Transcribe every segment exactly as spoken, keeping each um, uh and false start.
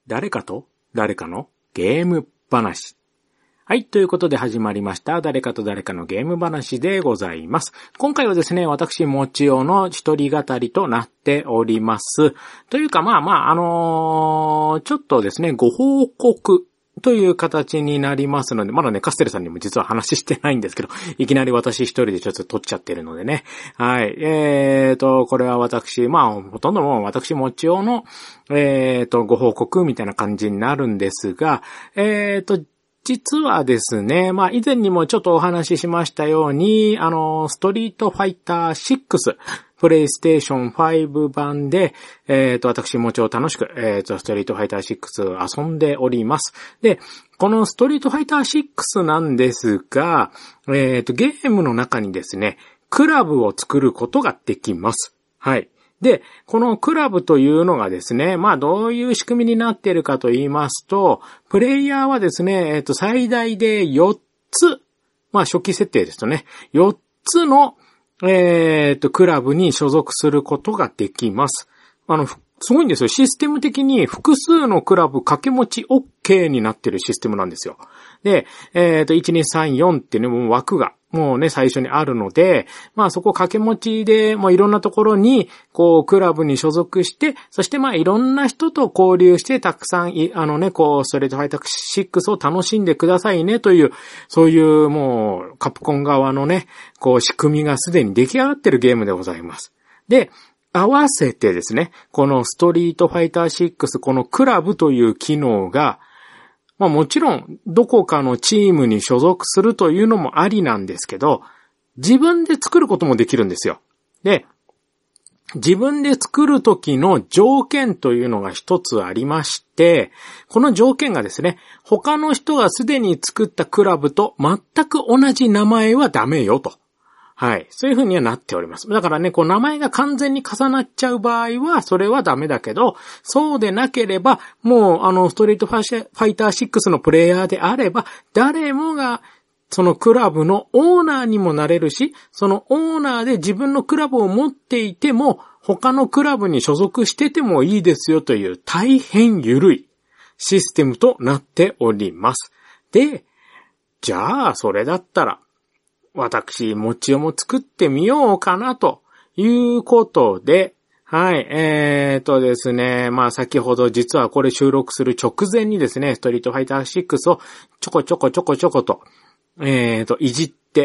誰かと誰かのゲーム話。はい。ということで始まりました。誰かと誰かのゲーム話でございます。今回はですね、私、もちおの一人語りとなっております。というか、まあまあ、あのー、ちょっとですね、ご報告という形になりますので、まだね、カステルさんにも実は話してないんですけど、いきなり私一人でちょっと撮っちゃってるのでね。はい。えーと、これは私、まあ、ほとんどもう私、もちおの、えーと、ご報告みたいな感じになるんですが、えーと、実はですね、まあ以前にもちょっとお話ししましたように、あの、ストリートファイターシックス、プレイステーションファイブ版で、えっと、私もちろん楽しく、えっと、ストリートファイターシックス遊んでおります。で、このストリートファイターシックスなんですが、えっと、ゲームの中にですね、クラブを作ることができます。はい。で、このクラブというのがですね、まあどういう仕組みになっているかと言いますと、プレイヤーはですね、えっと、最大でよっつ、まあ初期設定ですとね、よっつの、えっと、クラブに所属することができます。あの、すごいんですよ。システム的に複数のクラブ掛け持ち OK になっているシステムなんですよ。で、えっと、いち、に、さん、よんっていうね、もう枠が、もうね、最初にあるので、まあそこ掛け持ちで、もういろんなところに、こう、クラブに所属して、そしてまあいろんな人と交流して、たくさん、あのね、こう、ストリートファイターシックスを楽しんでくださいね、という、そういうもう、カプコン側のね、こう、仕組みがすでに出来上がっているゲームでございます。で、合わせてですね、このストリートファイターシックス、このクラブという機能が、まあもちろんどこかのチームに所属するというのもありなんですけど、自分で作ることもできるんですよ。で、自分で作るときの条件というのが一つありまして、この条件がですね、他の人がすでに作ったクラブと全く同じ名前はダメよと。はい。そういう風にはなっております。だからね、こう名前が完全に重なっちゃう場合は、それはダメだけど、そうでなければ、もう、あの、ストリートファイターシックスのプレイヤーであれば、誰もが、そのクラブのオーナーにもなれるし、そのオーナーで自分のクラブを持っていても、他のクラブに所属しててもいいですよという大変緩いシステムとなっております。で、じゃあ、それだったら、私、もちおも作ってみようかなということで、はい、えーとですね、まあ先ほど実はこれ収録する直前にですね、ストリートファイターシックスをちょこちょこちょこちょこと、えーと、いじって、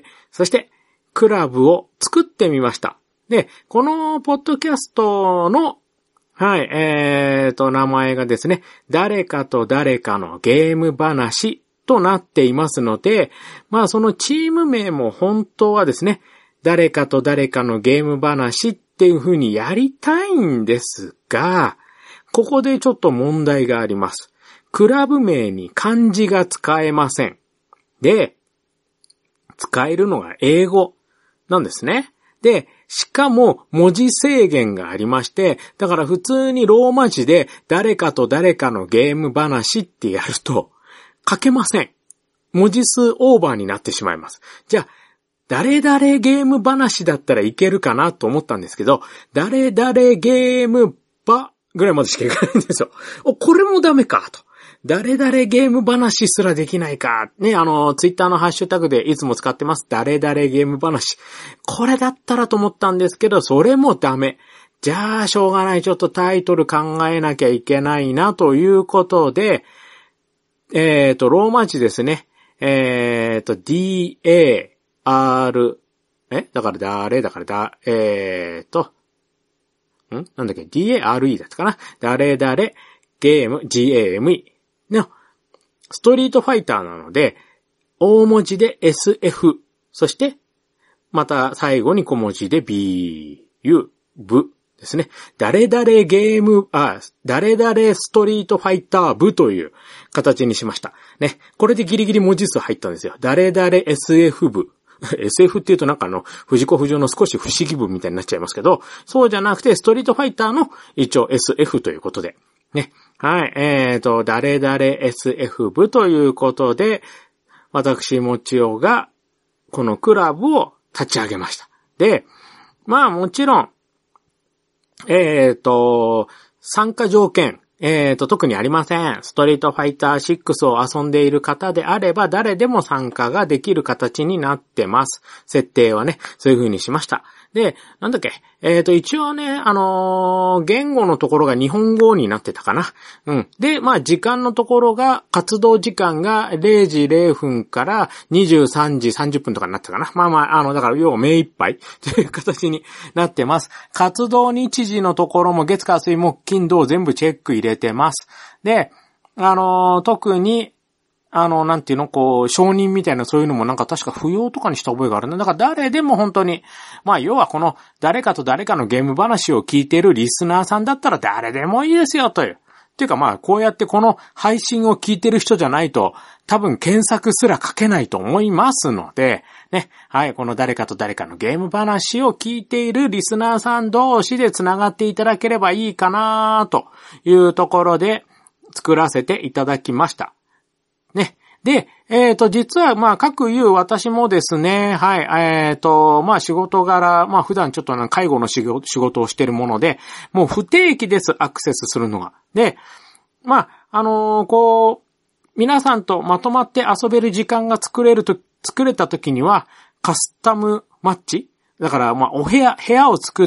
そしてクラブを作ってみました。で、このポッドキャストの、はい、えーと、名前がですね、誰かと誰かのゲーム話、となっていますので、まあそのチーム名も本当はですね、誰かと誰かのゲーム話っていう風にやりたいんですが、ここでちょっと問題があります。クラブ名に漢字が使えません。で、使えるのが英語なんですね。で、しかも文字制限がありまして、だから普通にローマ字で誰かと誰かのゲーム話ってやると、書けません。文字数オーバーになってしまいます。じゃあ、誰々ゲーム話だったらいけるかなと思ったんですけど、誰々ゲームばぐらいまでしかいかないんですよ。お、これもダメかと。誰々ゲーム話すらできないか。ね、あの、ツイッターのハッシュタグでいつも使ってます。誰々ゲーム話。これだったらと思ったんですけど、それもダメ。じゃあ、しょうがない。ちょっとタイトル考えなきゃいけないなということで、えっと、ローマ字ですね。えっと、D、A、R、えだから誰だからだ、えっと、んなんだっけ ?D、A、R、E だったかな誰々、ゲーム、G、A、M、E。の、ストリートファイターなので、大文字で エスエフ、そして、また最後に小文字で B、U、V。ですね。誰々ゲーム、あ、誰々ストリートファイター部という形にしました。ね。これでギリギリ文字数入ったんですよ。誰々 エスエフ 部。エスエフ って言うとなんかあの、藤子不二雄の少し不思議部みたいになっちゃいますけど、そうじゃなくてストリートファイターの一応 エスエフ ということで。ね。はい。えーと、誰々 エスエフ 部ということで、私もちおがこのクラブを立ち上げました。で、まあもちろん、えっと、参加条件、 えーと、特にありません。ストリートファイターシックスを遊んでいる方であれば、誰でも参加ができる形になってます。設定はね、そういう風にしました。で、なんだっけ、えーと、一応ね、あのー、言語のところが日本語になってたかな。うん。で、まあ、時間のところが、活動時間がれいじれいふんからにじゅうさんじさんじゅっぷんとかになってたかな。まあまあ、あの、だから、要は目いっぱいという形になってます。活動日時のところも月火水木金土全部チェック入れてます。で、あのー、特に、あの、なんていうの、こう、承認みたいなそういうのもなんか確か不要とかにした覚えがあるね。だから誰でも本当に、まあ要はこの誰かと誰かのゲーム話を聞いているリスナーさんだったら誰でもいいですよという。っていうかまあこうやってこの配信を聞いてる人じゃないと多分検索すら書けないと思いますので、ね。はい、この誰かと誰かのゲーム話を聞いているリスナーさん同士で繋がっていただければいいかなというところで作らせていただきました。ね。で、えっと、実は、まあ、各有私もですね、はい、えっと、まあ、仕事柄、まあ、普段ちょっと介護の仕事をしているもので、もう不定期です、アクセスするのが。で、まあ、あのー、こう、皆さんとまとまって遊べる時間が作れると、作れた時には、カスタムマッチ？だから、まあ、お部屋、部屋を作って、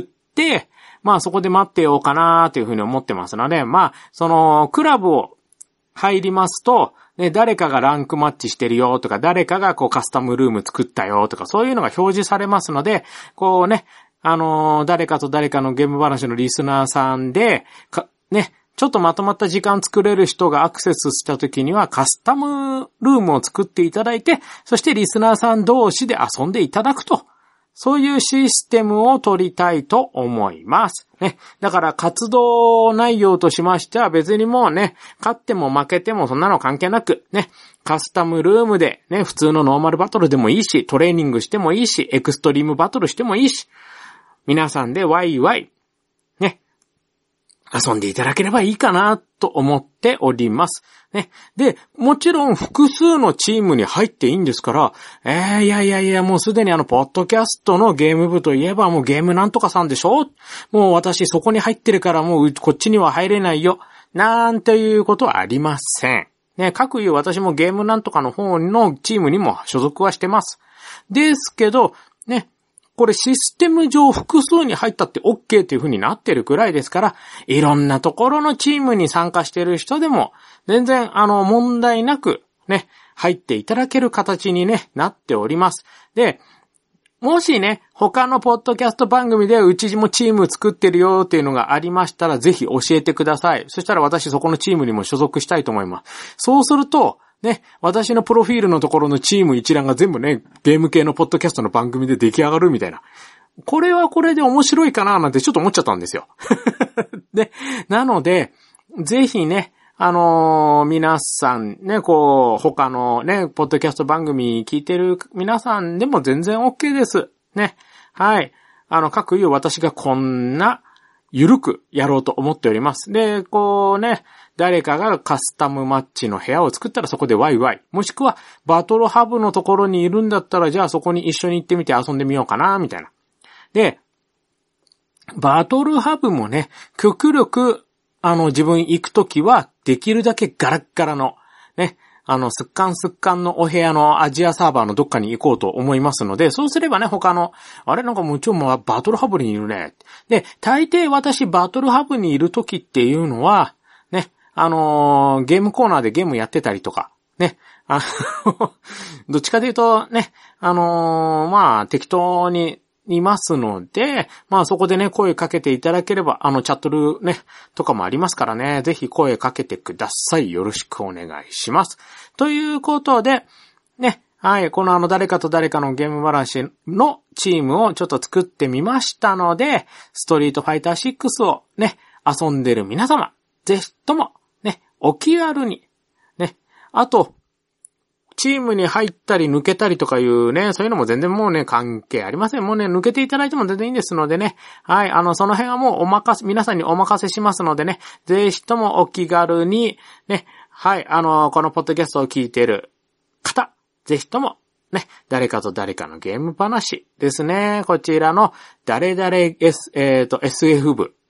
まあ、そこで待ってようかなというふうに思ってますので、まあ、その、クラブを入りますと、ね、誰かがランクマッチしてるよとか、誰かがこうカスタムルーム作ったよとか、そういうのが表示されますので、こうね、あのー、誰かと誰かのゲーム話のリスナーさんで、か、ね、ちょっとまとまった時間作れる人がアクセスした時にはカスタムルームを作っていただいて、そしてリスナーさん同士で遊んでいただくと。そういうシステムを取りたいと思います。ね。だから活動内容としましては別にもうね、勝っても負けてもそんなの関係なく、ね、カスタムルームでね、普通のノーマルバトルでもいいし、トレーニングしてもいいし、エクストリームバトルしてもいいし、皆さんでワイワイ、ね、遊んでいただければいいかなと思っております。ね。で、もちろん複数のチームに入っていいんですから、えー、いやいやいや、もうすでにあの、ポッドキャストのゲーム部といえばもうゲームなんとかさんでしょ？もう私そこに入ってるからもうこっちには入れないよ。なんていうことはありません。ね、各いう私もゲームなんとかの方のチームにも所属はしてます。ですけど、ね、これシステム上複数に入ったって OK という風になってるくらいですから、いろんなところのチームに参加している人でも、全然あの問題なくね、入っていただける形にね、なっております。で、もしね、他のポッドキャスト番組でうちもチーム作ってるよっていうのがありましたら、ぜひ教えてください。そしたら私そこのチームにも所属したいと思います。そうすると、ね、私のプロフィールのところのチーム一覧が全部ね、ゲーム系のポッドキャストの番組で出来上がるみたいな。これはこれで面白いかななんてちょっと思っちゃったんですよ。で、なので、ぜひね、あのー、皆さんね、こう、他のね、ポッドキャスト番組聞いてる皆さんでも全然 OK です。ね。はい。あの、各有私がこんな、ゆるくやろうと思っております。で、こうね、誰かがカスタムマッチの部屋を作ったらそこでワイワイ。もしくは、バトルハブのところにいるんだったら、じゃあそこに一緒に行ってみて遊んでみようかな、みたいな。で、バトルハブもね、極力、あの、自分行くときは、できるだけガラッガラの、ね、あの、すっかんすっかんのお部屋のアジアサーバーのどっかに行こうと思いますので、そうすればね、他の、あれなんかもうちょもバトルハブにいるね。で、大抵私バトルハブにいるときっていうのは、ね、あのー、ゲームコーナーでゲームやってたりとか、ね、あの、どっちかというとね、あのー、まあ、適当に、いますので、まあそこでね、声かけていただければ、あのチャットルね、とかもありますからね、ぜひ声かけてください。よろしくお願いします。ということで、ね、はい、このあの誰かと誰かのゲーム話のチームをちょっと作ってみましたので、ストリートファイターシックスをね、遊んでる皆様、ぜひとも、ね、お気軽に、ね、あと、チームに入ったり抜けたりとかいうね、そういうのも全然もうね、関係ありません。もうね、抜けていただいても全然いいんですのでね。はい、あの、その辺はもうお任せ、皆さんにお任せしますのでね、ぜひともお気軽に、ね、はい、あの、このポッドキャストを聞いている方、ぜひとも、ね、誰かと誰かのゲーム話ですね。こちらの、誰々 S、えっと、エスエフ 部、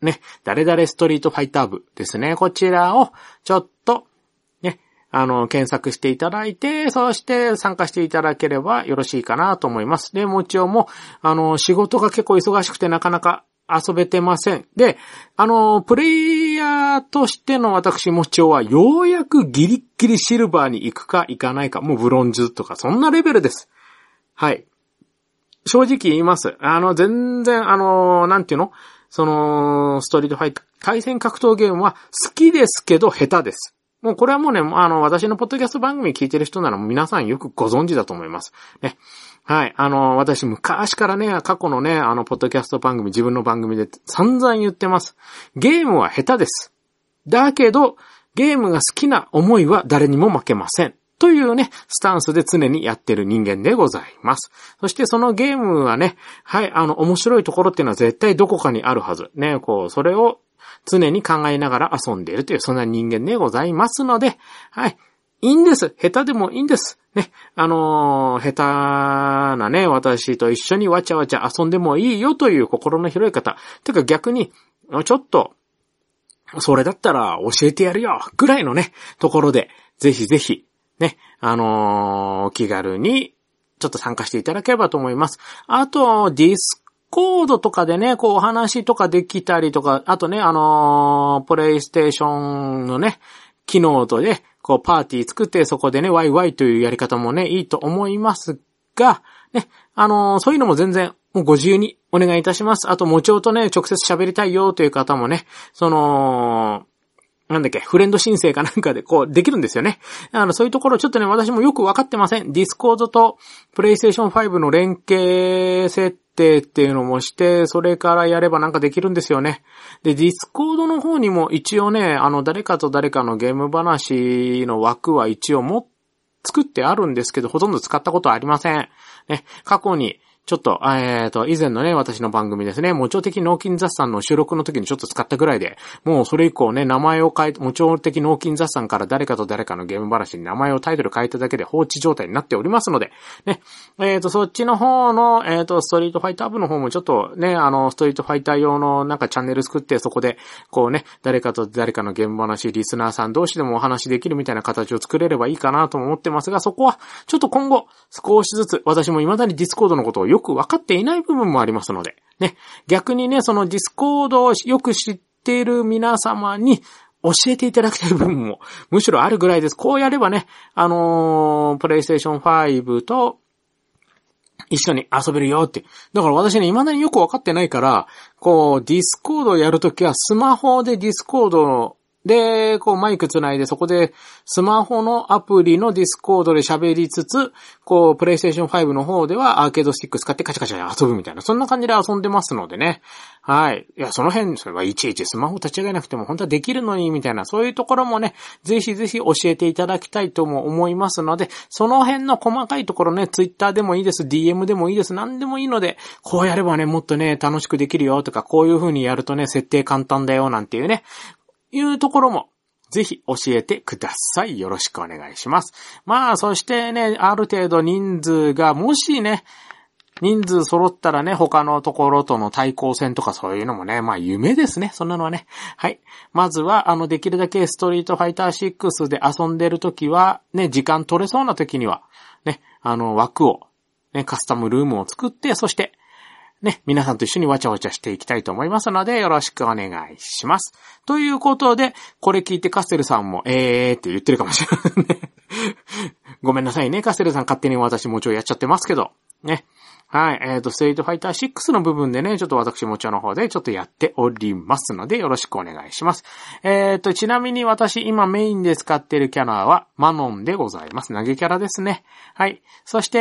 ね、誰々ストリートファイター部ですね。こちらをちょっと、ね、あの、検索していただいて、そして参加していただければよろしいかなと思います。で、もちろんも、あの、仕事が結構忙しくてなかなか遊べてません。で、あの、プレイヤーとしての私もちろんはようやくギリッギリシルバーに行くか行かないか、もうブロンズとかそんなレベルです。はい。正直言います。あの、全然、あの、なんていうのその、ストリートファイター、対戦格闘ゲームは好きですけど下手です。もうこれはもうね、あの、私のポッドキャスト番組聞いてる人なら皆さんよくご存知だと思います。ね。はい。あの、私昔からね、過去のね、あの、ポッドキャスト番組、自分の番組で散々言ってます。ゲームは下手です。だけど、ゲームが好きな思いは誰にも負けません。というね、スタンスで常にやってる人間でございます。そしてそのゲームはね、はい、あの、面白いところっていうのは絶対どこかにあるはず。ね、こう、それを常に考えながら遊んでいるという、そんな人間でございますので、はい、いいんです。下手でもいいんです。ね、あのー、下手なね、私と一緒にわちゃわちゃ遊んでもいいよという心の広い方。てか逆に、ちょっと、それだったら教えてやるよぐらいのね、ところで、ぜひぜひ、ね、あのー、気軽にちょっと参加していただければと思います。あと、ディスコードとかでね、こうお話とかできたりとか、あとね、あのー、プレイステーションのね、機能とで、こうパーティー作ってそこでね、ワイワイというやり方もね、いいと思いますが、ね、あのー、そういうのも全然、もうご自由にお願いいたします。あと、もちおとね、直接喋りたいよという方もね、その、なんだっけ、フレンド申請かなんかでこうできるんですよね。あの、そういうところちょっとね、私もよくわかってません。ディスコードとプレイステーションファイブの連携設定っていうのもして、それからやればなんかできるんですよね。で、ディスコードの方にも一応ね、あの、誰かと誰かのゲーム話の枠は一応も、作ってあるんですけど、ほとんど使ったことはありません。ね、過去に、ちょっと、えっと、以前のね、私の番組ですね、もちお的脳筋雑談の収録の時にちょっと使ったぐらいで、もうそれ以降ね、名前を変え、もちお的脳筋雑談から誰かと誰かのゲーム話に名前をタイトル変えただけで放置状態になっておりますので、ね、えっと、そっちの方の、えっと、ストリートファイター部の方もちょっとね、あの、ストリートファイター用のなんかチャンネル作って、そこで、こうね、誰かと誰かのゲーム話、リスナーさん同士でもお話できるみたいな形を作れればいいかなと思ってますが、そこは、ちょっと今後、少しずつ、私も未だにディスコードのことをよくわかっていない部分もありますので、ね、逆にね、そのディスコードをよく知っている皆様に教えていただきたい部分もむしろあるぐらいです。こうやればね、あのー、プレイステーションファイブと一緒に遊べるよって。だから私ね、未だによくわかってないから、こう、ディスコードをやるときはスマホでディスコードで、こうマイクつないでそこでスマホのアプリのディスコードで喋りつつ、こうプレイステーションファイブの方ではアーケードスティック使ってカチャカチャ遊ぶみたいな、そんな感じで遊んでますのでね。はい。いや、その辺、それはいちいちスマホ立ち上げなくても本当はできるのにみたいな、そういうところもね、ぜひぜひ教えていただきたいとも思いますので、その辺の細かいところね、ツイッターでもいいです、ディーエム でもいいです、何でもいいので、こうやればね、もっとね、楽しくできるよとか、こういう風にやるとね、設定簡単だよなんていうね、いうところも、ぜひ教えてください。よろしくお願いします。まあ、そしてね、ある程度人数が、もしね、人数揃ったらね、他のところとの対抗戦とかそういうのもね、まあ夢ですね。そんなのはね。はい。まずは、あの、できるだけストリートファイターシックスで遊んでるときは、ね、時間取れそうなときには、ね、あの、枠を、ね、カスタムルームを作って、そして、ね、皆さんと一緒にわちゃわちゃしていきたいと思いますので、よろしくお願いします。ということで、これ聞いてカステルさんも、えーって言ってるかもしれないね。ごめんなさいね、カステルさん勝手に私もちろんやっちゃってますけど、ね。はい、えっと、ストリートファイターシックスの部分でね、ちょっと私もちろんの方でちょっとやっておりますので、よろしくお願いします。えっと、ちなみに私今メインで使っているキャラはマノンでございます。投げキャラですね。はい。そして、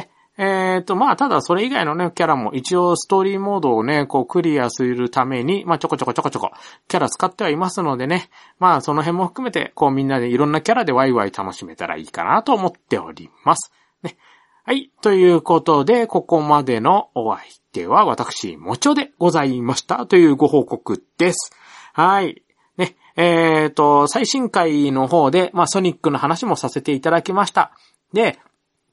えっと、まあ、ただそれ以外のね、キャラも一応ストーリーモードをね、こうクリアするために、まあ、ちょこちょこちょこちょこキャラ使ってはいますのでね、まあ、その辺も含めて、こうみんなでいろんなキャラでワイワイ楽しめたらいいかなと思っております。ね。はい。ということで、ここまでのお相手は私、もちょでございましたというご報告です。はい。ね。えっと、最新回の方で、まあ、ソニックの話もさせていただきました。で、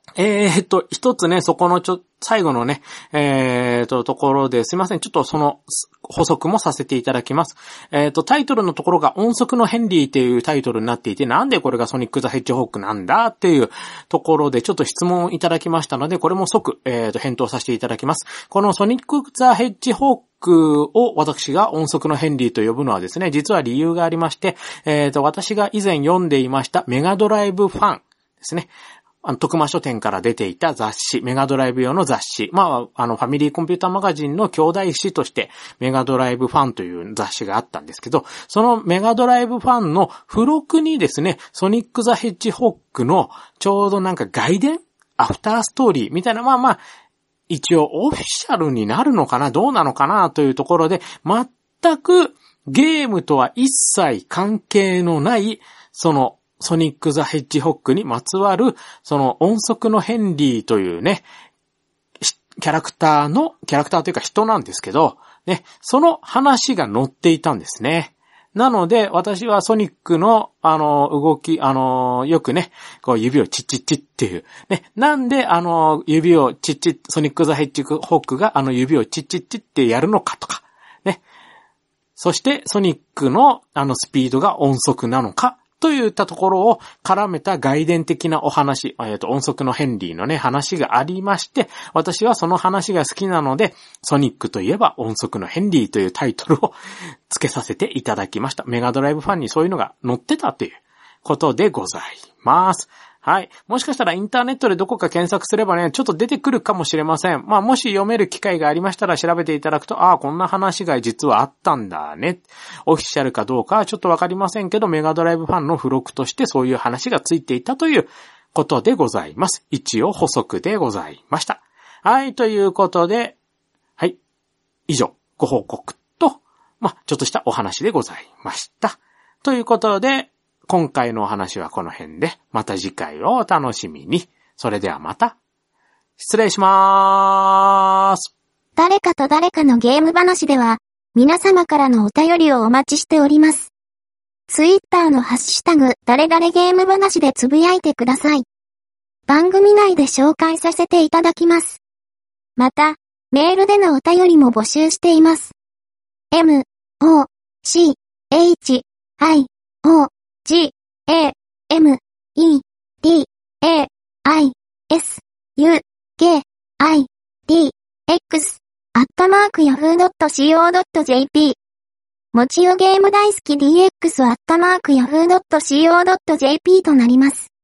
えーっと、一つね、そこのちょ、最後のね、えーっと、ところですいません。ちょっとその補足もさせていただきます。えーっと、タイトルのところが音速のヘンリーっていうタイトルになっていて、なんでこれがソニック・ザ・ヘッジホークなんだっていうところでちょっと質問をいただきましたので、これも即、えーっと、返答させていただきます。このソニック・ザ・ヘッジホークを私が音速のヘンリーと呼ぶのはですね、実は理由がありまして、えーっと、私が以前読んでいましたメガドライブファンですね。あの、徳間書店から出ていた雑誌、メガドライブ用の雑誌。まあ、あの、ファミリーコンピューターマガジンの兄弟誌として、メガドライブファンという雑誌があったんですけど、そのメガドライブファンの付録にですね、ソニック・ザ・ヘッジホークのちょうどなんか外伝？アフターストーリーみたいな、まあまあ、一応オフィシャルになるのかな、どうなのかなというところで、全くゲームとは一切関係のない、その、ソニック・ザ・ヘッジホックにまつわる、その音速のヘンリーというね、キャラクターの、キャラクターというか人なんですけど、ね、その話が載っていたんですね。なので、私はソニックの、あの、動き、あの、よくね、こう指をチッチッチッっていう。ね、なんで、あの、指をチッチッ、ソニック・ザ・ヘッジホックがあの指をチッチッチッってやるのかとか、ね。そして、ソニックのあのスピードが音速なのか、といったところを絡めた外伝的なお話、えっと、音速のヘンリーのね、話がありまして、私はその話が好きなので、ソニックといえば音速のヘンリーというタイトルを付けさせていただきました。メガドライブファンにそういうのが載ってたということでございます。はい。もしかしたらインターネットでどこか検索すればね、ちょっと出てくるかもしれません。まあ、もし読める機会がありましたら調べていただくと、ああ、こんな話が実はあったんだね。オフィシャルかどうかはちょっとわかりませんけど、メガドライブファンの付録としてそういう話がついていたということでございます。一応補足でございました。はい、ということで、はい。以上、ご報告と、まあ、ちょっとしたお話でございました。ということで、今回のお話はこの辺で、また次回をお楽しみに。それではまた。失礼しまーす。 誰かと誰かのゲーム話では、皆様からのお便りをお待ちしております。ツイッターのハッシュタグ、誰々ゲーム話でつぶやいてください。番組内で紹介させていただきます。また、メールでのお便りも募集しています。m, o, c, h, i, o, g, a, m, e, d, a, i, s, u, k, i, d, x, アットマークヤフードットシーオードットジェーピー もちよゲーム大好き ディーエックス アットマークヤフードットシーオードットジェーピー となります。